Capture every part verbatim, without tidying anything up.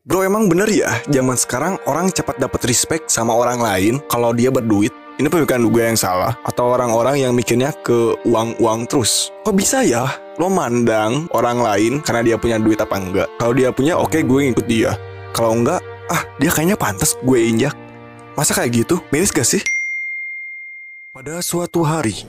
Bro, emang bener ya, zaman sekarang orang cepat dapat respect sama orang lain kalau dia berduit? Ini pemikiran gue yang salah? Atau orang-orang yang mikirnya ke uang-uang terus? Kok bisa ya lo mandang orang lain karena dia punya duit apa enggak? Kalau dia punya, oke gue ngikut dia. Kalau enggak, ah dia kayaknya pantas gue injak. Masa kayak gitu? Miris gak sih? Pada suatu hari,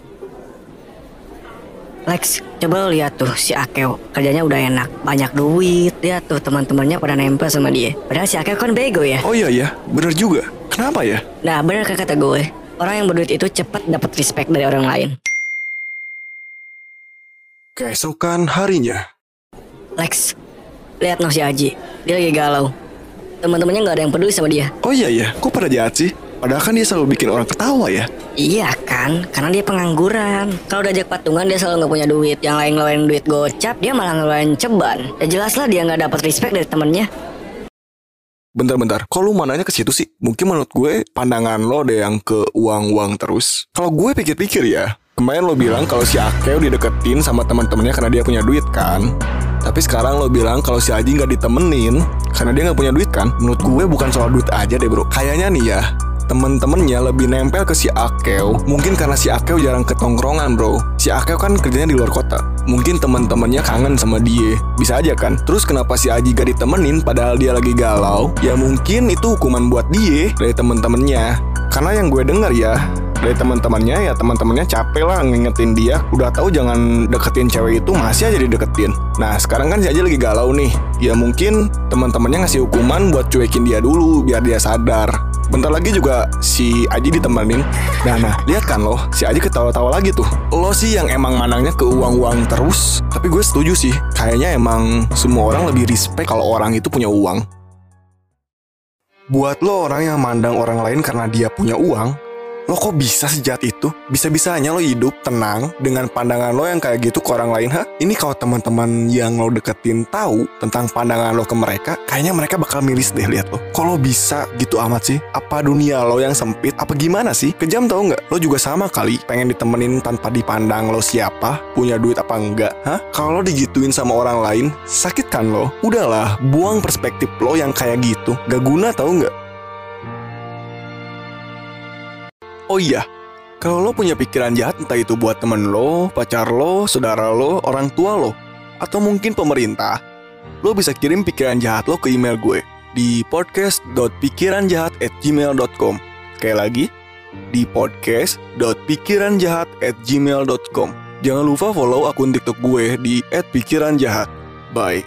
Lex, coba lo lihat tuh si Akeo, kerjanya udah enak, banyak duit. Lihat tuh teman-temannya pada nempel sama dia. Padahal si Akeo kan bego ya. oh iya ya, bener juga. Kenapa ya? Nah bener kan kata gue, orang yang berduit itu cepat dapat respect dari orang lain. Keesokan harinya, Lex, lihat no si Aji, dia lagi galau. Teman-temannya nggak ada yang peduli sama dia. oh iya ya, kok pada jahat sih? Padahal kan dia selalu bikin orang ketawa ya. Iya kan, karena dia pengangguran. Kalau diajak patungan dia selalu nggak punya duit. Yang lain ngeluarin duit gocap, dia malah ngeluarin ceban. Ya jelas lah dia nggak dapat respect dari temennya. Bentar-bentar, kok lu mananya ke situ sih? Mungkin menurut gue pandangan lo deh yang ke uang-uang terus. Kalau gue pikir-pikir ya, kemarin lo bilang kalau si Akeo dideketin sama teman-temannya karena dia punya duit kan. Tapi sekarang lo bilang kalau si Aji nggak ditemenin karena dia nggak punya duit kan. Menurut gue bukan soal duit aja deh bro. Kayaknya nih ya, temen-temennya lebih nempel ke si Akeo. Mungkin karena si Akeo jarang ke tongkrongan bro. Si Akeo kan kerjanya di luar kota. Mungkin temen-temennya kangen sama dia. Bisa aja kan. Terus kenapa si Aji gak ditemenin padahal dia lagi galau? Ya mungkin itu hukuman buat dia dari temen-temennya. Karena yang gue denger ya, dari teman-temannya ya teman-temannya capek lah ngingetin dia. Udah tahu jangan deketin cewek itu masih aja dideketin. Nah sekarang kan si Aji lagi galau nih. Ya mungkin teman-temannya ngasih hukuman buat cuekin dia dulu biar dia sadar. Bentar lagi juga si Aji ditemenin. Nah nah lihat kan lo, si Aji ketawa-tawa lagi tuh. Lo sih yang emang manangnya ke uang-uang terus. Tapi gue setuju sih, kayaknya emang semua orang lebih respect kalau orang itu punya uang. Buat lo orang yang mandang orang lain karena dia punya uang, lo kok bisa sejahat itu? Bisa-bisanya lo hidup tenang dengan pandangan lo yang kayak gitu ke orang lain, ha? Ini kalau teman-teman yang lo deketin tahu tentang pandangan lo ke mereka, kayaknya mereka bakal miris deh lihat lo. Kok lo bisa gitu amat sih? Apa dunia lo yang sempit? Apa gimana sih? Kejam tau nggak? Lo juga sama kali, pengen ditemenin tanpa dipandang lo siapa, punya duit apa enggak, ha? Kalau lo digituin sama orang lain, sakit kan lo? Udahlah, buang perspektif lo yang kayak gitu. Gak guna tau nggak? Oh iya, kalau lo punya pikiran jahat entah itu buat temen lo, pacar lo, saudara lo, orang tua lo, atau mungkin pemerintah, lo bisa kirim pikiran jahat lo ke email gue di podcast dot pikiran jahat at gmail dot com. Sekali lagi, di podcast dot pikiran jahat at gmail dot com. Jangan lupa follow akun TikTok gue di et pikiran jahat. Bye.